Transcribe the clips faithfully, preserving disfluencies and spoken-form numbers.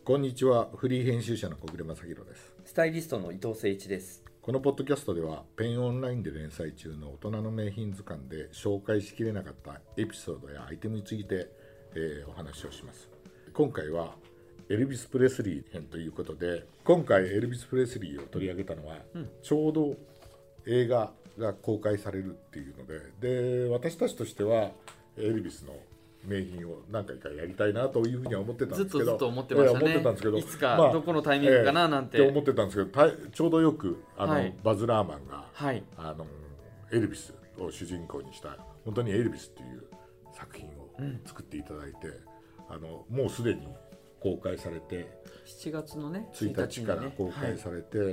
こんにちは。フリー編集者の小暮正弘です。 スタイリストの伊藤誠一です。 このポッドキャストではペンオンラインで連載中の大人の名品図鑑で紹介しきれなかったエピソードやアイテムについて、えー、お話をします。今回はエルビス・プレスリー編ということで、今回エルビス・プレスリーを取り上げたのは、うん、ちょうど映画が公開されるっていうので、で私たちとしてはエルビスの名品を何回かやりたいなというふうには思ってたんですけど、 ずっとずっと思ってましたね。 思ってたんですけど、 いつかどこのタイミングかななんて、 まあえー、って思ってたんですけど、ちょうどよくあの、はい、バズ・ラーマンが、 はい、 あのエルビスを主人公にした本当にエルビスっていう作品を作っていただいて、うん、あのもうすでに公開されてしちがつのねついたちから公開されて、はい、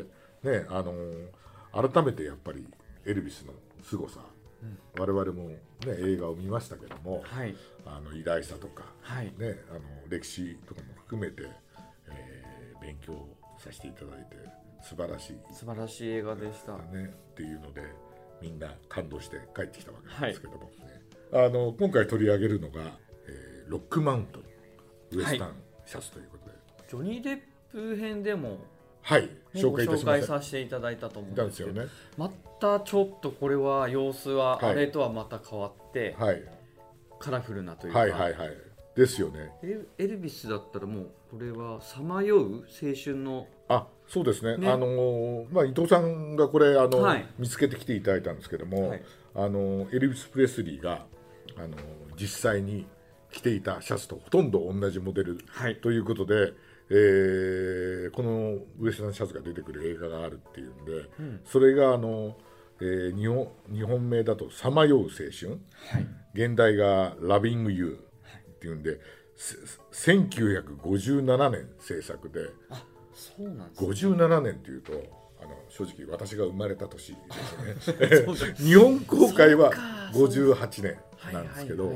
ね、あの改めてやっぱりエルビスの凄さ、うん、我々も、ね、映画を見ましたけども、はい、あの偉大さとか、はい、ね、あの歴史とかも含めて、えー、勉強させていただいて素晴らしい素晴らしい映画でした、 ね、っていうのでみんな感動して帰ってきたわけなんですけども、はい、あの今回取り上げるのが、えー、ロックマウントウエスタンシャツということで、はい、 ジョニー・デップ編でもはい、紹介いたしました。 ご紹介させていただいたと思うんですけど、 ね、 またちょっとこれは様子はあれとはまた変わって、はい、カラフルなというか、 はいはいはい、ですよね。 エルビスだったらもうこれはさまよう青春の、 あ、そうですね、ね、あのまあ、伊藤さんがこれあの、はい、見つけてきていただいたんですけども、はい、あのエルビス・プレスリーがあの実際に着ていたシャツとほとんど同じモデル、はい、ということで、えー、このウエスタンシャツが出てくる映画があるっていうんで、うん、それがあの、えー、日本、日本名だとさまよう青春、はい、現代がラビングユーっていうんで、はい、せんきゅうひゃくごじゅうななねん制作で、 あ、そうなんですね、 ごじゅうななねんっていうとあの正直私が生まれた年ですね日本公開はごじゅうはちねんなんですけど、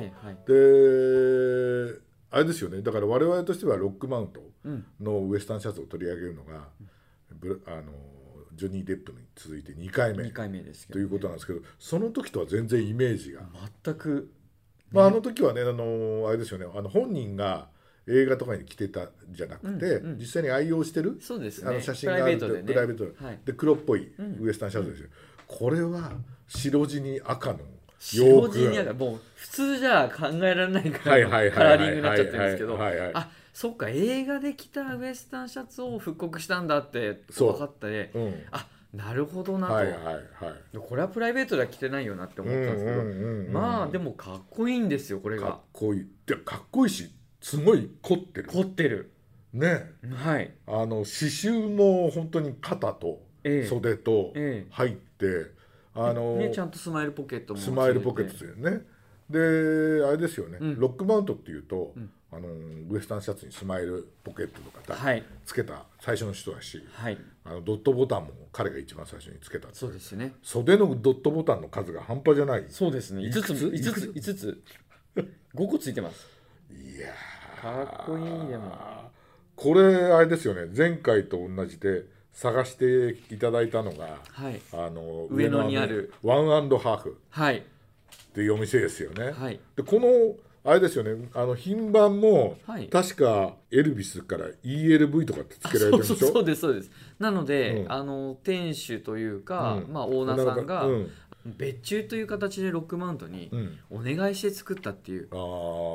であれですよね、だから我々としてはロックマウントのウエスタンシャツを取り上げるのが、うん、あのジョニー・デップに続いてにかいめにかいめですけど、ね、ということなんですけど、その時とは全然イメージが全く、 まあ、あの時はね、あのあれですよね、あの本人が映画とかに着てたじゃなくて、うんうん、実際に愛用してる、 そうですね、 あの写真があるとプライベートで、ね、はい、で黒っぽいウエスタンシャツですよ、うん、これは白地に赤の白地に赤、もう普通じゃ考えられないからのカラーリングになっちゃってるんですけど、あ、そっか、映画で着たウエスタンシャツを復刻したんだって分かったで、うん、あ、なるほどなと、はいはいはい、これはプライベートでは着てないよなって思ったんですけど、うんうんうんうん、まあでもかっこいいんですよ、これが。 かっこいい、でかっこいいし、すごい凝ってる凝ってるね、はい、あの刺繍も本当に肩と袖と入って、ええあのね、ちゃんとスマイルポケットもスマイルポケットですよね。であれですよね、うん、ロックマウントっていうと、うん、あのウエスタンシャツにスマイルポケットとか、はい、つけた最初の人だし、はい、あのドットボタンも彼が一番最初につけた。 そうですね、 袖のドットボタンの数が半端じゃない。 そうですね、いつついつついつつごこついてます。 いやかっこいい。でもこれあれですよね、前回と同じで探していただいたのが、はい、あの上野にあるワンアンドハーフっていうお店ですよね、はい、でこのあれですよね、あの品番も、はい、確かエルビスから イーエルブイ とかってつけられてるんでしょ。 そうそうそうですそうです。なので、うん、あの店主というか、うん、まあ、オーナーさんが、うん、別注という形でロックマウントにお願いして作ったっていう、うん、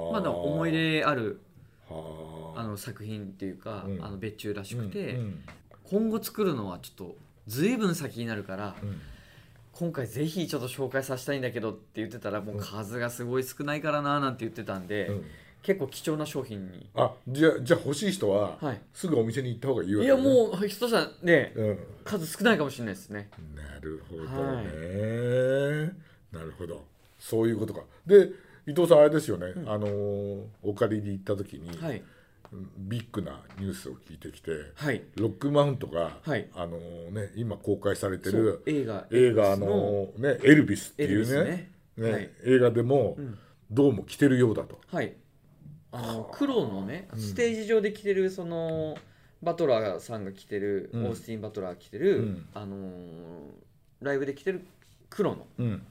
まだ思い入れあるあの作品っていうか、うん、あの別注らしくて、うんうん、今後作るのはちょっと随分先になるから、うん、今回ぜひちょっと紹介させたいんだけどって言ってたら、もう数がすごい少ないからななんて言ってたんで、うん、結構貴重な商品に。 あ、じゃあ、じゃあ欲しい人は、はい、すぐお店に行った方がいいわけね。 いやもう人じゃね、うん、数少ないかもしれないですね。 なるほどね、はい、なるほど、そういうことか。で伊藤さんあれですよね、うん、あのお借りに行った時に、はい、ビッグなニュースを聞いてきて、はい、ロックマウントが、はい、あのね、今公開されてる映画、 映画の、ね、エルビスっていうね、ね、はい、映画でも、うん、どうも着てるようだと、 はい、あの黒のね、ステージ上で着てるその、うん、バトラーさんが着てる、うん、オースティン・バトラーが着てる、うん、あのー、ライブで着てる黒の、うん、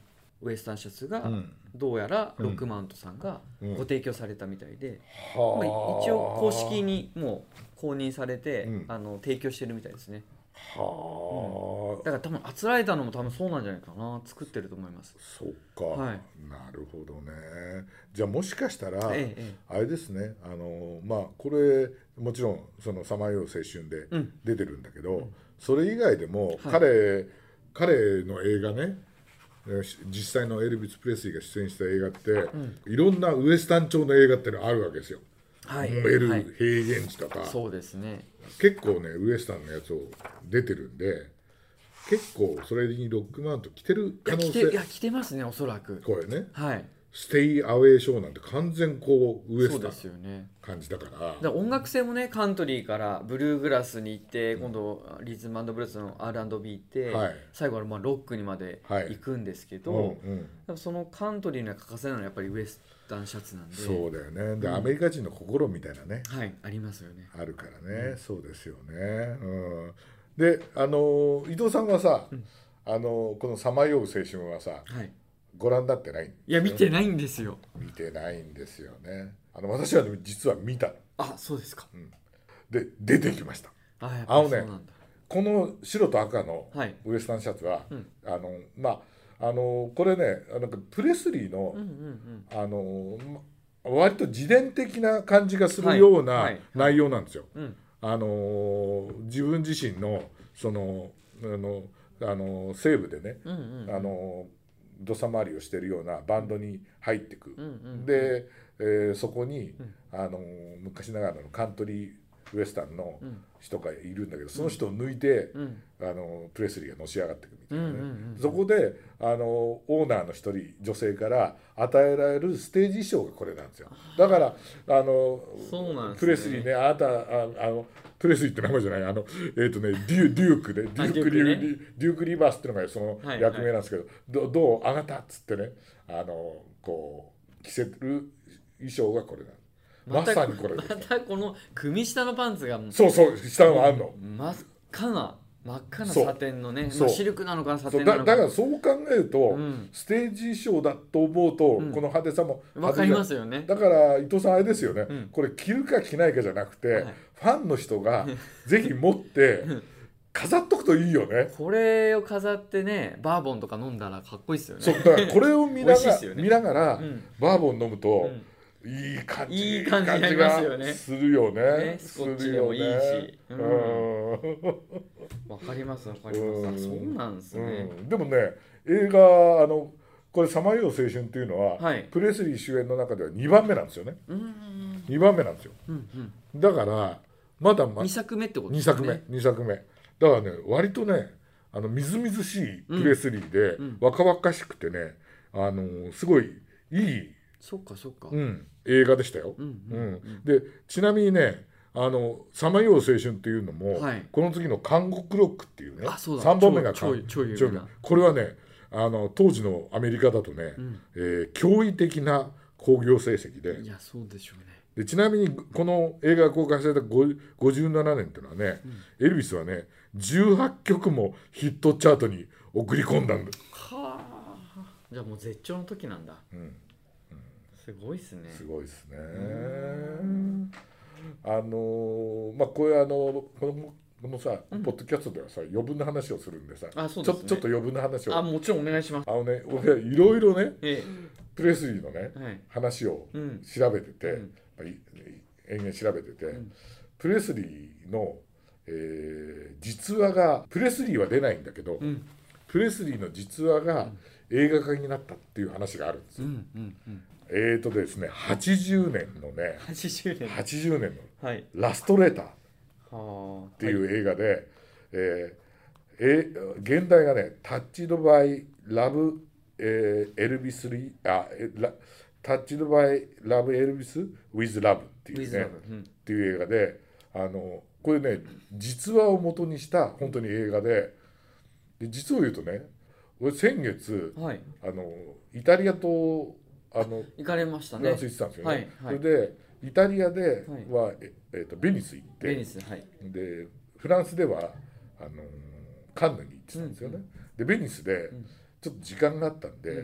ウエスタンシャツがどうやらロックマウントさんがご提供されたみたいで、うんうん、まあ、一応公式にもう公認されて、うん、あの提供してるみたいですね。はあ、うん、だから多分あつらえたのも多分そうなんじゃないかな、作ってると思います。 そっか、はい、なるほどね。じゃあもしかしたら、ええ、あれですね、あのまあこれもちろんそのさまよう青春で出てるんだけど、うん、それ以外でも彼、はい、彼の映画ね、実際のエルビス・プレスリーが出演した映画って、うん、いろんなウエスタン調の映画ってのあるわけですよ。はい、燃える平原地とか、はい、 そうですね、 結構ねウエスタンのやつを出てるんで、結構それにロックマウント来てる可能性、 いや来て、いや来てますね、おそらくこれね、 はい、 ステイアウェイショーなんて完全こうウエスタン感じだから、 だから音楽性もね、カントリーからブルーグラスに行って、うん、今度リズム&ブルースの アールアンドビー 行って、はい、最後はまあロックにまで行くんですけど、はい、うんうん、そのカントリーには欠かせないのはやっぱりウエスタンシャツなんで。 そうだよね。で、うん、アメリカ人の心みたいなね、 はい、ありますよね、 あるからね、うん、そうですよね、うん、で、あの伊藤さんはさ、うん、あのこのさまよう青春はさ、はい、ご覧になってないんですよ。 いや見てないんですよ。 見てないんですよね。あの私は実は見た。 あ、そうですか、 うん、で出てきました。 あ、やっぱりそうなんだ。 あのね、この白と赤のウエスタンシャツは、はい、うん、あのまああのこれね、なんかプレスリーの、うんうんうん、あの割と自伝的な感じがするような内容なんですよ。あの自分自身のそのあのあの西部でね、うんうんうん、あの土佐回りをしているようなバンドに入っていく、うんうん、で、えー、そこに、うん、あの昔ながらのカントリーウエスタンの人がいるんだけど、その人を抜いて、うん、あのプレスリーがのし上がっていくみたいなね、うんうんうん、そこであのオーナーの一人女性から与えられるステージ衣装がこれなんですよ。だからあのそうなんですね、プレスリーね、あなたああのプレスリーって名前じゃない、あの、えーとね、デュ, デュークでデュークリ、ね、デュークリバースっていうのがその役名なんですけど、はいはい、ど, どうあなたっつってね、あのこう着せる衣装がこれなんです。まさにこれです。 またこの組下のパンツがそうそう下のあんの真っ赤な真っ赤なサテンのね、まあ、シルクなのかなサテンなのか だ, だからそう考えると、うん、ステージ衣装だと思うと、うん、この派手さも分かりますよね。 だから伊藤さんあれですよね、うん、これ着るか着ないかじゃなくて、はい、ファンの人がぜひ持って飾っとくといいよね。 これを飾ってね、バーボンとか飲んだらかっこいいですよね。 そうだからこれを見ながら、ね、見ながら、うん、バーボン飲むと、うん、いい感じ、 いい感じになりますよね。 するよね。 ね、スコッチでもいいし、うん、わかりますわかります。そうなんですね、 うん。でもね、映画あのこれさまよう青春っていうのは、はい、プレスリー主演の中ではにばんめなんですよね。うん、にばんめなんですよ。うんうん、だからまだまにさくめってことですね。 にさくめ、にさくめ。だからね、割とね、あのみずみずしいプレスリーで、うん、若々しくてね、あのすごいいい。 そっかそっか、 うん、映画でしたよ。うんうんうん、でちなみにね、あのさまよう青春っていうのも、はい、この次の監獄ロックっていうね、さんぼんめが超有名な、 これはね、あの当時のアメリカだとね、うん、えー、驚異的な興行成績で、 いやそうでしょうね。 でちなみにこの映画が公開されたごじゅうななねんっていうのはね、うん、エルビスはねじゅうはっきょくもヒットチャートに送り込んだんだ。 はあ、じゃあもう絶頂の時なんだ。うん、すごいですね。 すごいですね。あのー、まあこれあのこのこのさ、うん、ポッドキャストではさ余分な話をするんでさ、 あ、そうですね、 ちょっと余分な話を、 あ、もちろんお願いします。 あのね、俺いろいろね、ええ、プレスリーのね、はい、話を調べてて、うん、まあ、延々調べてて、うん、プレスリーの、えー、実話がプレスリーは出ないんだけど、うん、プレスリーの実話が映画化になったっていう話があるんですよ。うんうんうん、えーとですね、はちじゅうねんのね、 はちじゅうねん、 はちじゅうねんの、はい、ラストレーターっていう映画で、はい、えーえー、現代がね、タッチドバイラブ、えー、エルビスリー、あ、ラタッチドバイラブエルビスウィズラブっていうね、うん、っていう映画で、あのこれね実話を元にした本当に映画で、で実を言うとね、俺先月、はい、あのイタリアとあの行かれましたね。 フランス行ってたんですよね。はいはい、それでイタリアでは、はい、ええー、とベニス行って、 ベニス、はい、 でフランスではあのカンヌに行ってたんですよね。うんうん、でベニスでちょっと時間があったんで、うん、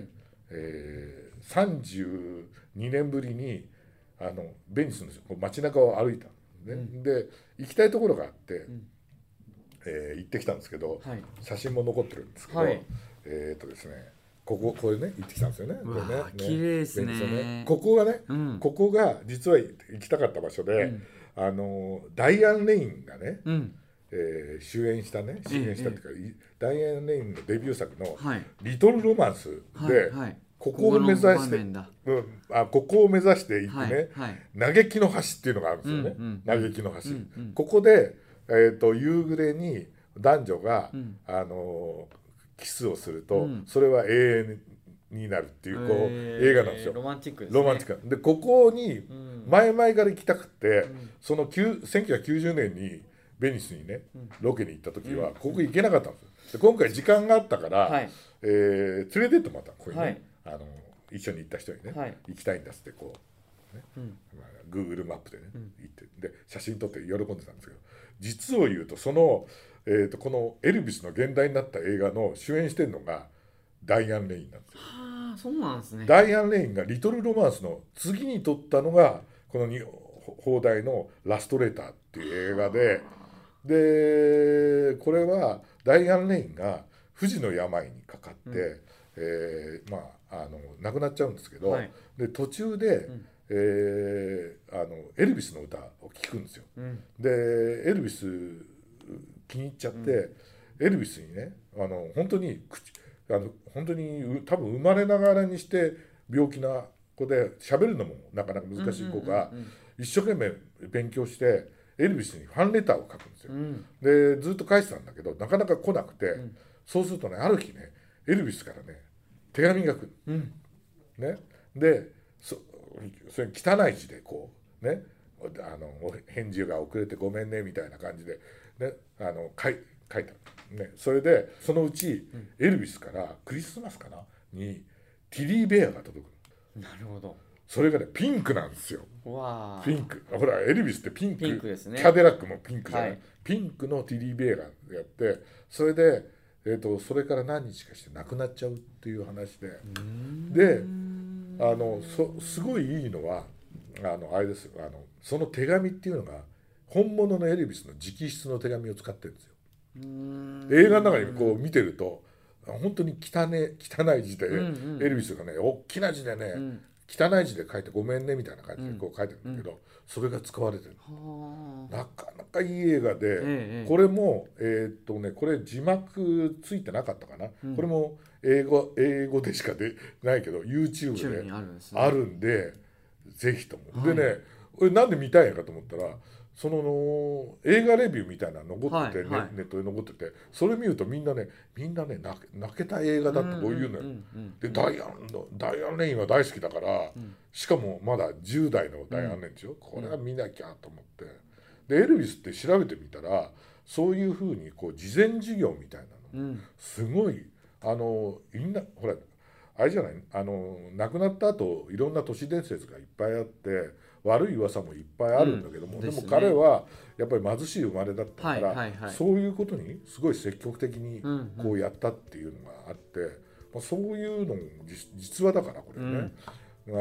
えー、さんじゅうにねんぶりにあのベニスの街中を歩いたのね、うん、で行きたいところがあって、うん、えー、行ってきたんですけど、はい、写真も残ってるんですけど、はい、えー、っとですねこここれね行ってきたんですよね。これね、 綺麗ですね。 ねここがね、うん、ここが実は行きたかった場所で、うん、あのダイアン・レインがね、うん、えー、主演したね主演したっていうか、ええ、ダイアン・レインのデビュー作の「リトル・ロマンス」で、はいはい、ここを目指して、うん、あここを目指していくね、はいはい、嘆きの橋っていうのがあるんですよね、うんうん、嘆きの橋、うんうん、ここで、えーと、夕暮れに男女が、うん、あのキスをすると、うん、それは永遠になるっていう、こう、えー、映画なんですよ。 ロマンチックですね。 ロマンチックでここに前々から行きたくて、うん、そのせんきゅうひゃくきゅうじゅうねんにベニスにね、うん、ロケに行った時はここ行けなかったんですよ。で今回時間があったから、はい、えー、連れてってもらったここにね、はい、あの一緒に行った人にね、はい、行きたいんだっつってこう、ね、うん、まあ、Google マップでね、うん、行ってで写真撮って喜んでたんですけど、実を言うとその、えーと、このエルビスの現代になった映画の主演してるのがダイアン・レインなんですよ。 はあ、そうなんですね。 ダイアン・レインがリトル・ロマンスの次に撮ったのがこの邦題のラストレーターっていう映画で、でこれはダイアン・レインが不治の病にかかって、うん、えー、まあ、あの亡くなっちゃうんですけど、はい、で途中で、うん、えー、あのエルビスの歌を聴くんですよ、うん、でエルビス気に入っちゃって、うん、エルビスにねあの本当に口あの本当に多分生まれながらにして病気な子で喋るのもなかなか難しい子が一生懸命勉強してエルビスにファンレターを書くんですよ、うん、でずっと返してたんだけどなかなか来なくて、うん、そうするとねある日ねエルビスからね手紙が来る、うん、ね、で そ, それ汚い字でこうねあの返事が遅れてごめんねみたいな感じで、ね、あの書い書いてある、ね、それでそのうち、うん、エルビスからクリスマスかなにティリーベアが届く。 なるほど。 それがねピンクなんですよ。 わピンク。ほらエルビスってピンク、 ピンクですね、 キャデラックもピンクじゃない、はい、ピンクのティリーベアがやってそれで、えーと、それから何日かして亡くなっちゃうっていう話で、であのそすごいいいのはあのあれですよ、あのその手紙っていうのが本物のエルビスの直筆の手紙を使ってるんですよ。映画の中にこう見てると本当に汚ね汚い字で、うんうん、エルビスがね大きな字でね、うん、汚い字で書いてごめんねみたいな感じでこう書いてるんだけど、うん、それが使われてる、なかなかいい映画で、ええ、これもえー、っとねこれ字幕ついてなかったかな、うん、これも英語英語でしかでないけど YouTube であるんですね、あるんでぜひとも、はい、でね俺なんで見たいかと思ったらその映画レビューみたいなの残ってて、はいはい、ネットで残っててそれ見るとみんなねみんなね泣け、泣けた映画だってこういうのよ、でダイアンのダイアン・レインは大好きだから、うん、しかもまだじゅう代のダイアン・レインでしょ、うん、これは見なきゃと思ってでエルビスって調べてみたらそういうふうにこう慈善事業みたいなの、うん、すごいあのみんなほらあれじゃないあの亡くなった後いろんな都市伝説がいっぱいあって悪い噂もいっぱいあるんだけども、うん、で, でも彼はやっぱり貧しい生まれだったから、はいはいはい、そういうことにすごい積極的にこうやったっていうのがあって、うんうんまあ、そういうのも 実, 実話だからこれね、うん、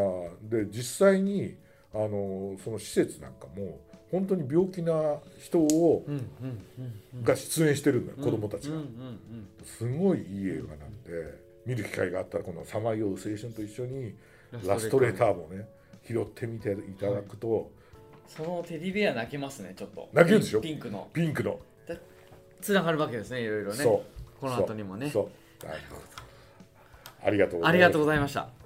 で実際にあのその施設なんかも本当に病気な人を、うんうんうんうん、が出演してるんだよ、うん、子供たちが、うんうんうん、すごいいい映画なんで見る機会があったらこのさまよう青春と一緒にラストレーターもね拾ってみていただくと、はい、 そのテディベア泣けますね。ちょっと泣けるでしょ。 ピンクのピンクのつながるわけですね、いろいろね。そうこの後にもね。 そうそうありがとうございました。 ありがとうございました。